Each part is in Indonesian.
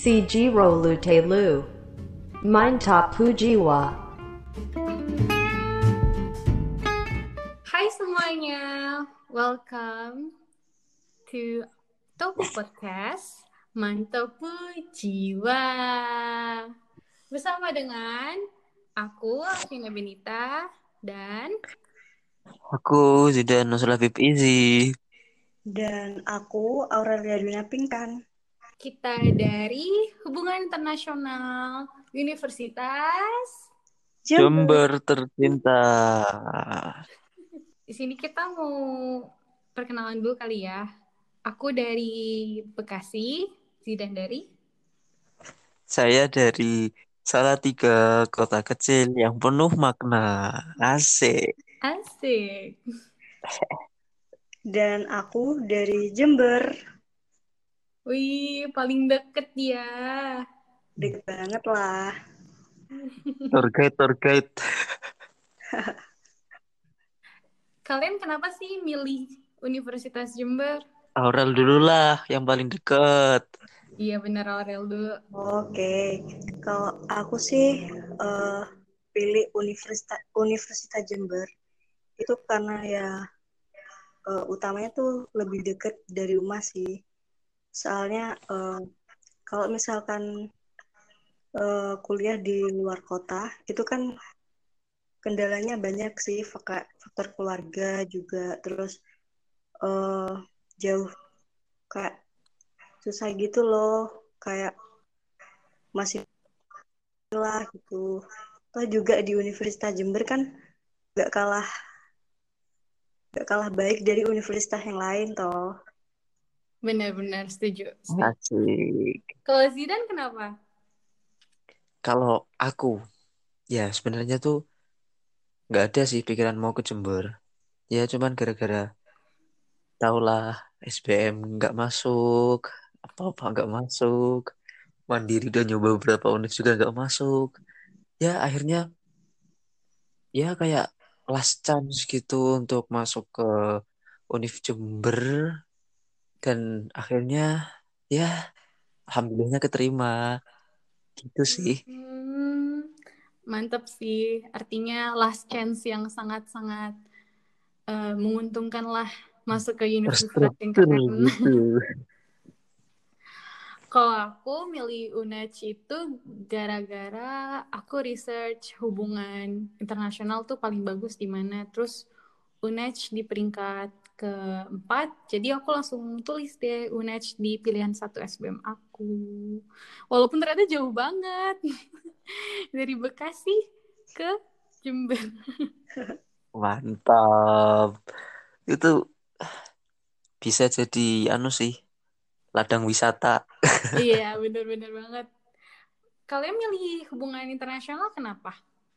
Sijiro Lutelu. Mintop Pujiwa. Hai semuanya, welcome to Toku Podcast Mantopu Jiwa. Bersama dengan aku, Alvina Benita, dan Aku Zidan Nusra Habib Izi. Dan aku Aurelia Duna Pinkan. kita dari Hubungan Internasional Universitas Jember tercinta. Di sini kita mau perkenalan dulu kali ya. Aku dari Bekasi, Zidan dari Saya dari salah 3 kota kecil yang penuh makna. Asik. Asik. Dan aku dari Jember. Wih, paling deket ya. Deket banget lah. Tour guide. Kalian kenapa sih milih Universitas Jember? Aurel dulu lah yang paling deket. Iya benar Aurel dulu. Oke, kalau aku sih pilih Universitas Jember itu karena ya utamanya tuh lebih deket dari rumah sih. Soalnya kalau misalkan kuliah di luar kota itu kan kendalanya banyak sih, faktor keluarga juga, terus jauh, kayak susah gitu loh, kayak masih lah gitu. Toh juga di Universitas Jember kan gak kalah baik dari universitas yang lain toh. Benar-benar setuju. Asik. Kalau Zidan kenapa? Kalau aku, ya sebenarnya tuh nggak ada sih pikiran mau ke Jember. Ya cuman gara-gara tahulah SBM nggak masuk, apa-apa nggak masuk. Mandiri udah nyoba beberapa univ juga nggak masuk. Ya akhirnya ya kayak last chance gitu untuk masuk ke Univ Jember dan akhirnya ya alhamdulillahnya keterima gitu sih. Mantap sih. Artinya last chance yang sangat-sangat menguntungkan lah masuk ke universitas yang Terstruktur keren. gitu. Kalau aku milih UNED itu gara-gara aku research hubungan internasional tuh paling bagus di mana. Terus UNED di peringkat keempat, jadi aku langsung tulis deh UNED di pilihan 1 SBM aku. Walaupun ternyata jauh banget dari Bekasi ke Jember. Mantap. Itu bisa jadi anu sih, ladang wisata. Iya, bener-bener banget. Kalian milih hubungan internasional kenapa?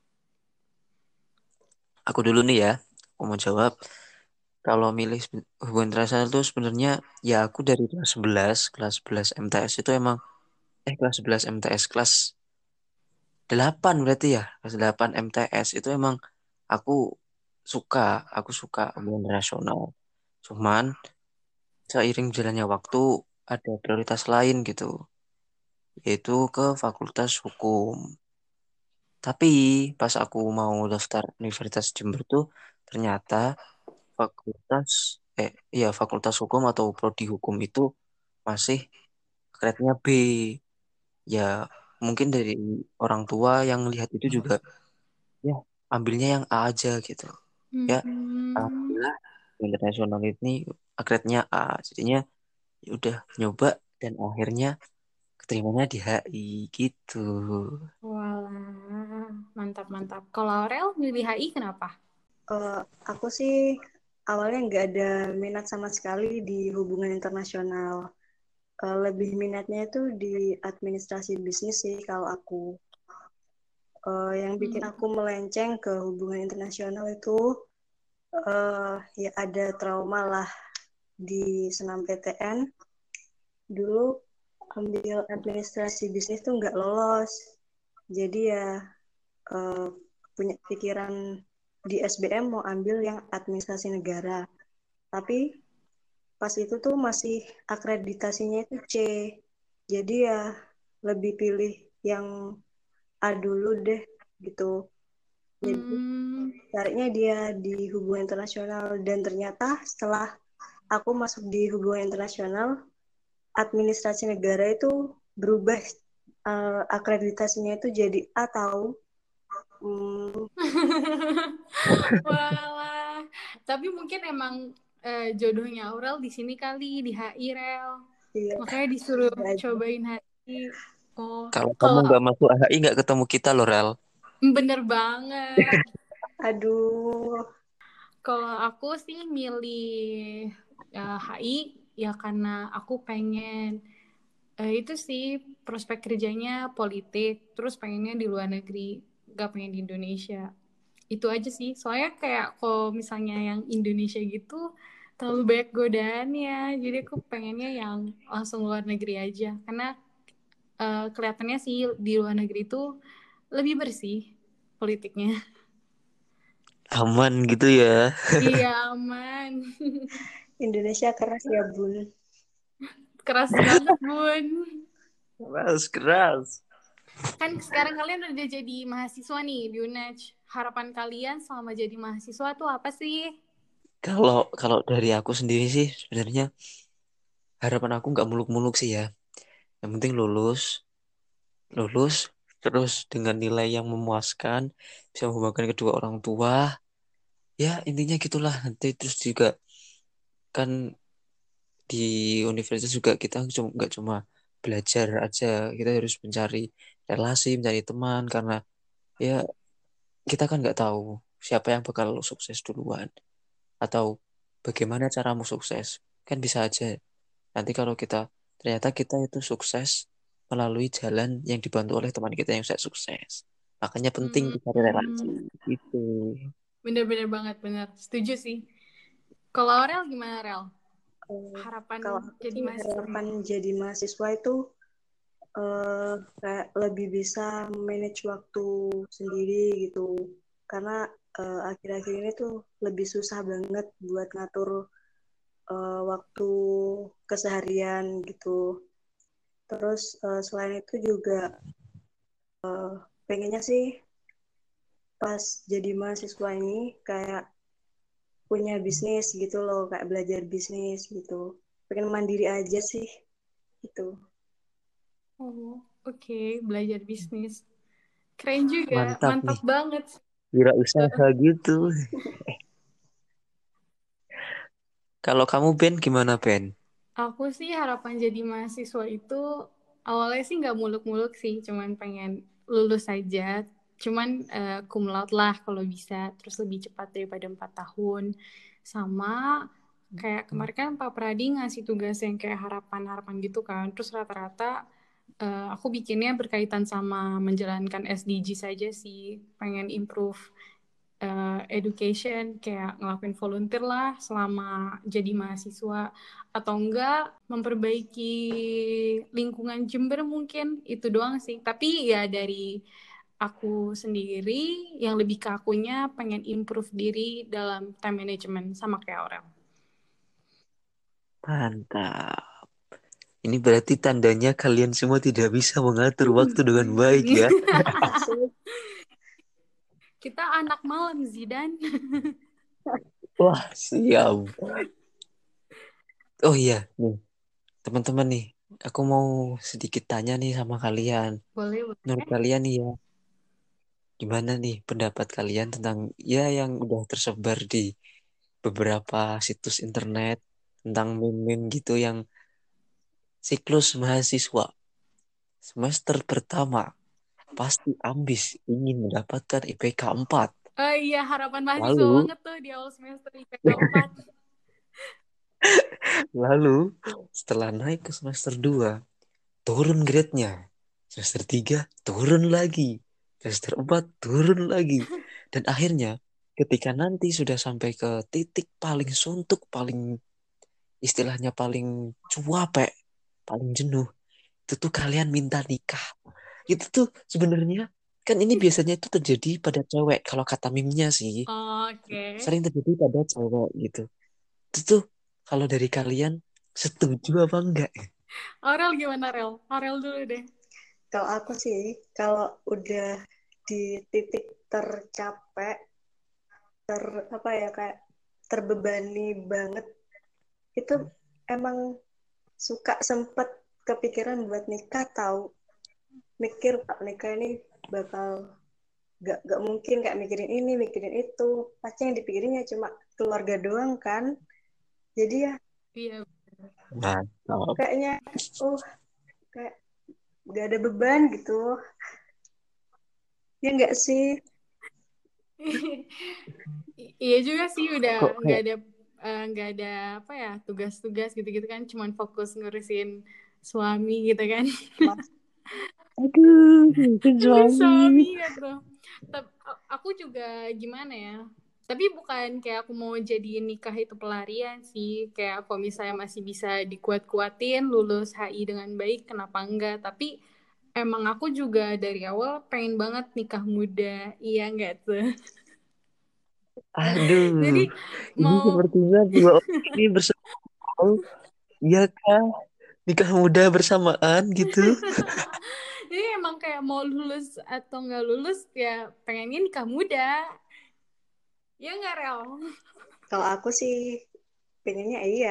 Aku dulu nih ya, aku mau jawab. Kalau milih hubungan internasional itu sebenarnya ya aku dari kelas 11 MTS itu emang kelas 11 MTS kelas 8 berarti ya. Kelas 8 MTS itu emang aku suka, aku suka hubungan internasional. Cuman seiring jalannya waktu ada prioritas lain gitu, yaitu ke Fakultas Hukum. Tapi pas aku mau daftar Universitas Jember tuh ternyata fakultas Fakultas Hukum atau Prodi Hukum itu masih grade-nya B. Ya mungkin dari orang tua yang lihat itu juga ya ambilnya yang A aja gitu. Ya Hmm. alhamdulillah internasional ini grade-nya A. Jadinya ya udah nyoba dan akhirnya keterimanya di HI gitu. Walah, mantap-mantap. Kalau Aurel milih HI kenapa? Aku sih awalnya nggak ada minat sama sekali di hubungan internasional. Lebih minatnya itu di administrasi bisnis sih kalau aku. Yang bikin aku melenceng ke hubungan internasional itu ya ada trauma lah di senam PTN. Dulu ambil administrasi bisnis tuh nggak lolos. Jadi ya punya pikiran di SBM mau ambil yang administrasi negara. Tapi pas itu tuh masih akreditasinya itu C. Jadi ya lebih pilih yang A dulu deh gitu. Jadi carinya dia di hubungan internasional, dan ternyata setelah aku masuk di hubungan internasional, administrasi negara itu berubah, akreditasinya itu jadi A tahu. Walah, tapi mungkin emang jodohnya Aurel di sini kali di HI Rel. Iya. Makanya disuruh Iya. cobain HI. Oh, Kalau kamu kalau nggak masuk HI nggak ketemu kita loh, Rel. bener banget. Aduh. Kalau aku sih milih HI ya karena aku pengen itu sih prospek kerjanya politik, terus pengennya di luar negeri, gak pengen di Indonesia. Itu aja sih, soalnya kayak kalau misalnya yang Indonesia gitu terlalu banyak godaannya, jadi aku pengennya yang langsung luar negeri aja, karena kelihatannya sih di luar negeri itu lebih bersih politiknya. Aman gitu ya. Iya, aman. Indonesia keras ya, Bun. Keras banget, Bun. Keras. Kan sekarang kalian udah jadi mahasiswa nih di UNED. Harapan kalian selama jadi mahasiswa tuh apa sih? Kalau dari aku sendiri sih sebenarnya harapan aku nggak muluk-muluk sih ya. Yang penting lulus terus dengan nilai yang memuaskan, bisa membanggakan kedua orang tua. Ya intinya gitulah. Nanti terus juga kan di universitas juga kita nggak cuma belajar aja, kita harus mencari relasi, mencari teman karena ya kita kan nggak tahu siapa yang bakal sukses duluan atau bagaimana caramu sukses. Kan bisa aja nanti kalau ternyata kita itu sukses melalui jalan yang dibantu oleh teman kita yang sudah sukses. Makanya penting cari relasi gitu. Bener-bener banget, bener. Setuju sih. Kalau Aurel gimana, Rel? Harapan Kalau aku jadi sih mahasiswa. harapan jadi mahasiswa itu kayak lebih bisa manage waktu sendiri gitu, karena akhir-akhir ini tuh lebih susah banget buat ngatur waktu keseharian gitu. Terus selain itu juga pengennya sih pas jadi mahasiswa ini kayak punya bisnis gitu loh, kayak belajar bisnis gitu. Pengen mandiri aja sih gitu. Oh, oke. Belajar bisnis. Keren juga, Mantap mantap nih, banget. kira usaha gitu. Kalau kamu Ben gimana Ben? Aku sih harapan jadi mahasiswa itu awalnya sih nggak muluk-muluk sih, cuman pengen lulus aja. Cuman cum laude lah kalau bisa, terus lebih cepat daripada 4 tahun. Sama kayak kemarin kan Pak Pradi ngasih tugas yang kayak harapan-harapan gitu kan. Terus rata-rata aku bikinnya berkaitan sama menjalankan SDG saja sih. Pengen improve education, kayak ngelakuin volunteer lah selama jadi mahasiswa, atau enggak memperbaiki lingkungan Jember, mungkin itu doang sih. Tapi ya dari aku sendiri yang lebih ke akunya pengen improve diri dalam time management sama kayak Aurel. Mantap. Ini berarti tandanya kalian semua tidak bisa mengatur waktu dengan baik ya. Kita anak malam, Zidan. Wah, siap. Oh iya, nih, teman-teman nih, aku mau sedikit tanya nih sama kalian. Boleh, Menurut boleh. kalian nih ya, gimana nih pendapat kalian tentang ya yang udah tersebar di beberapa situs internet tentang meme-meme gitu yang siklus mahasiswa semester pertama pasti ambis ingin mendapatkan IPK 4. Oh iya, harapan mahasiswa Lalu, banget tuh di awal semester IPK 4. lalu setelah naik ke semester 2 turun grade-nya. Semester 3 turun lagi. Semester 4 turun lagi. Dan akhirnya ketika nanti sudah sampai ke titik paling suntuk, paling istilahnya paling cuapek, paling jenuh, itu tuh kalian minta nikah. Itu tuh sebenarnya kan ini biasanya itu terjadi pada cewek kalau kata mimnya sih. Oke. Sering terjadi pada cewek gitu. Itu tuh kalau dari kalian setuju apa enggak? Aurel gimana, Rel? Aurel dulu deh. Kalau aku sih, kalau udah di titik tercapek, apa ya, kayak terbebani banget, itu emang suka sempet kepikiran buat nikah, tahu mikir Pak nikah ini bakal gak mungkin kayak mikirin ini mikirin itu, pasti yang dipikirinnya cuma keluarga doang kan, jadi ya Iya. Mantap. kayaknya kayak gak ada beban gitu, ya nggak sih. Iya juga sih, udah Kok nggak kayak ada nggak ada apa ya, tugas-tugas gitu-gitu kan, cuman fokus ngurusin suami gitu kan. Mas, aduh, kan Ngurusin suami suami. gitu. Aku juga gimana ya, tapi bukan kayak aku mau jadi nikah itu pelarian sih, kayak kalau misalnya masih bisa dikuat-kuatin lulus HI dengan baik, kenapa enggak. Tapi emang aku juga dari awal pengen banget nikah muda, iya enggak tuh. Aduh, Jadi ini mau sepertinya dua orang ini bersama. Ya kah? Nikah muda bersamaan gitu. jadi emang kayak mau lulus atau nggak lulus ya pengennya nikah muda, ya nggak Rel? kalau aku sih pengennya iya.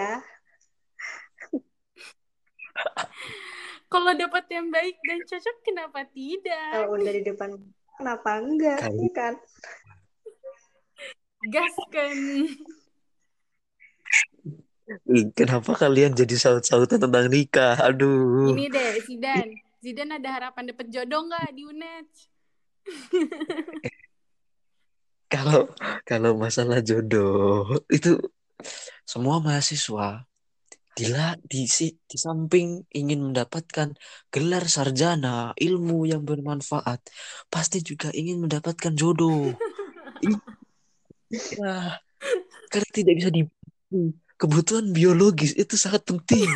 Kalau dapat yang baik dan cocok kenapa tidak? Kalau udah di depan kenapa enggak, Kali. ya kan? Gaskan. Kenapa kalian jadi saut-sautan tentang nikah? Aduh. Ini deh, Zidan ada harapan dapat jodoh nggak di UNED? Kalau kalau masalah jodoh itu semua mahasiswa di samping ingin mendapatkan gelar sarjana ilmu yang bermanfaat, pasti juga ingin mendapatkan jodoh. Iya, karena tidak bisa di kebutuhan biologis itu sangat penting.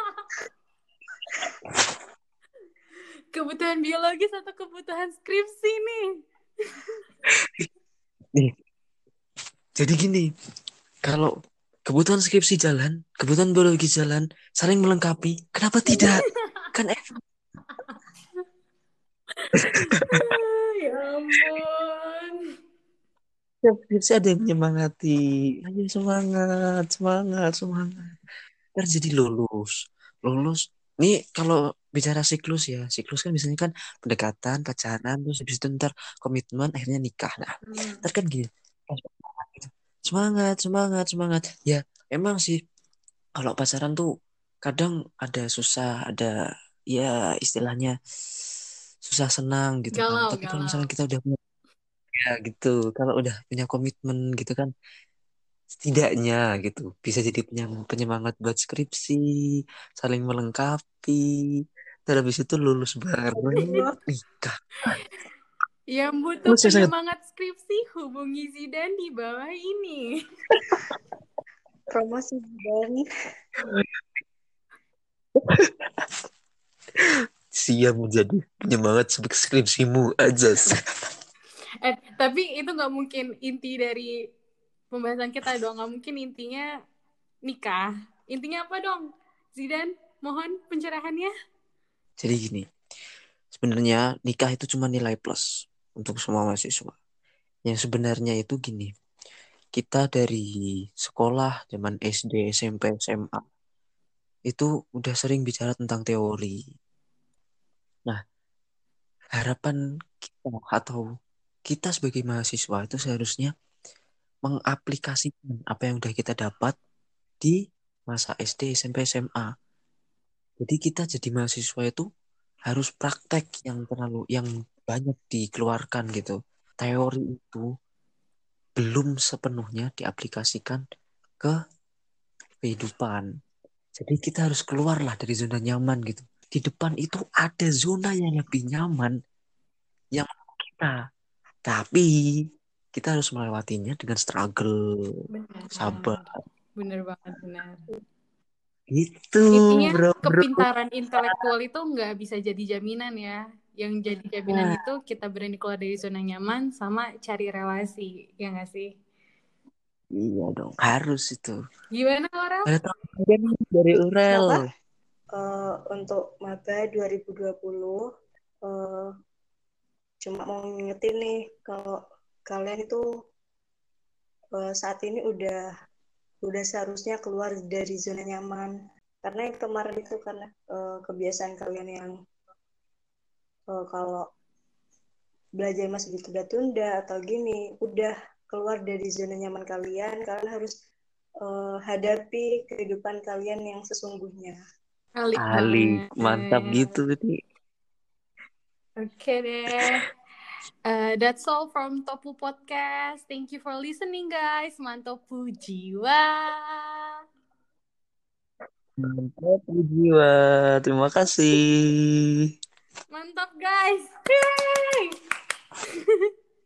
Kebutuhan biologis atau kebutuhan skripsi nih? Nih, jadi gini, kalau kebutuhan skripsi jalan, kebutuhan biologi jalan, saling melengkapi, kenapa tidak? Kan Ya ampun. setiap skripsi ada yang menyemangati. Ayo semangat, semangat, semangat. Ntar jadi lulus. Lulus. Nih kalau bicara siklus ya, siklus kan biasanya kan pendekatan, pacaran, terus habis itu ntar komitmen, akhirnya nikah. Nah, ntar kan gini. Semangat, semangat, semangat. Ya, emang sih kalau pacaran tuh kadang ada susah, ada ya istilahnya susah senang gitu kan. Galau, Tapi kalau galau. misalnya kita udah punya ya gitu, kalau udah punya komitmen gitu kan, setidaknya gitu bisa jadi penyemangat buat skripsi, saling melengkapi. Dan habis itu lulus bareng, Aduh, nikah. Yang butuh Lulus yang sangat penyemangat skripsi hubungi Zidan di bawah ini. promosi dan siap menjadi penyemangat skripsimu aja. Tapi itu nggak mungkin inti dari pembahasan kita dong. Nggak mungkin intinya nikah. Intinya apa dong? Zidan, mohon pencerahannya. Jadi gini, sebenarnya nikah itu cuma nilai plus untuk semua mahasiswa. Yang sebenarnya itu gini, kita dari sekolah zaman SD, SMP, SMA itu udah sering bicara tentang teori. Nah, harapan kita atau kita sebagai mahasiswa itu seharusnya mengaplikasikan apa yang udah kita dapat di masa SD, SMP, SMA. Jadi kita jadi mahasiswa itu harus praktek yang banyak dikeluarkan gitu. Teori itu belum sepenuhnya diaplikasikan ke kehidupan. Jadi kita harus keluarlah dari zona nyaman gitu. Di depan itu ada zona yang lebih nyaman yang kita. Tapi kita harus melewatinya dengan struggle, sabar. Benar. Benar banget, benar. Itu, Intinya bro. kepintaran intelektual itu nggak bisa jadi jaminan ya. Yang jadi jaminan Nah, itu kita berani keluar dari zona nyaman sama cari relasi, ya nggak sih? iya dong, harus itu. Gimana Laura? Ada tanggapan nih dari Urel. kenapa untuk maba 2020 eh, cuma mau ngingetin nih kalau kalian itu saat ini udah seharusnya keluar dari zona nyaman, karena yang kemarin itu karena kebiasaan kalian yang kalau belajar masih ditunda-tunda atau gini, udah keluar dari zona nyaman kalian. Kalian harus hadapi kehidupan kalian yang sesungguhnya. Alik Alik, mantap banget. gitu nih. Oke deh. That's all from Topu Podcast. Thank you for listening, guys. Mantopu jiwa. Mantap jiwa. Terima kasih. Mantap, guys. Yay!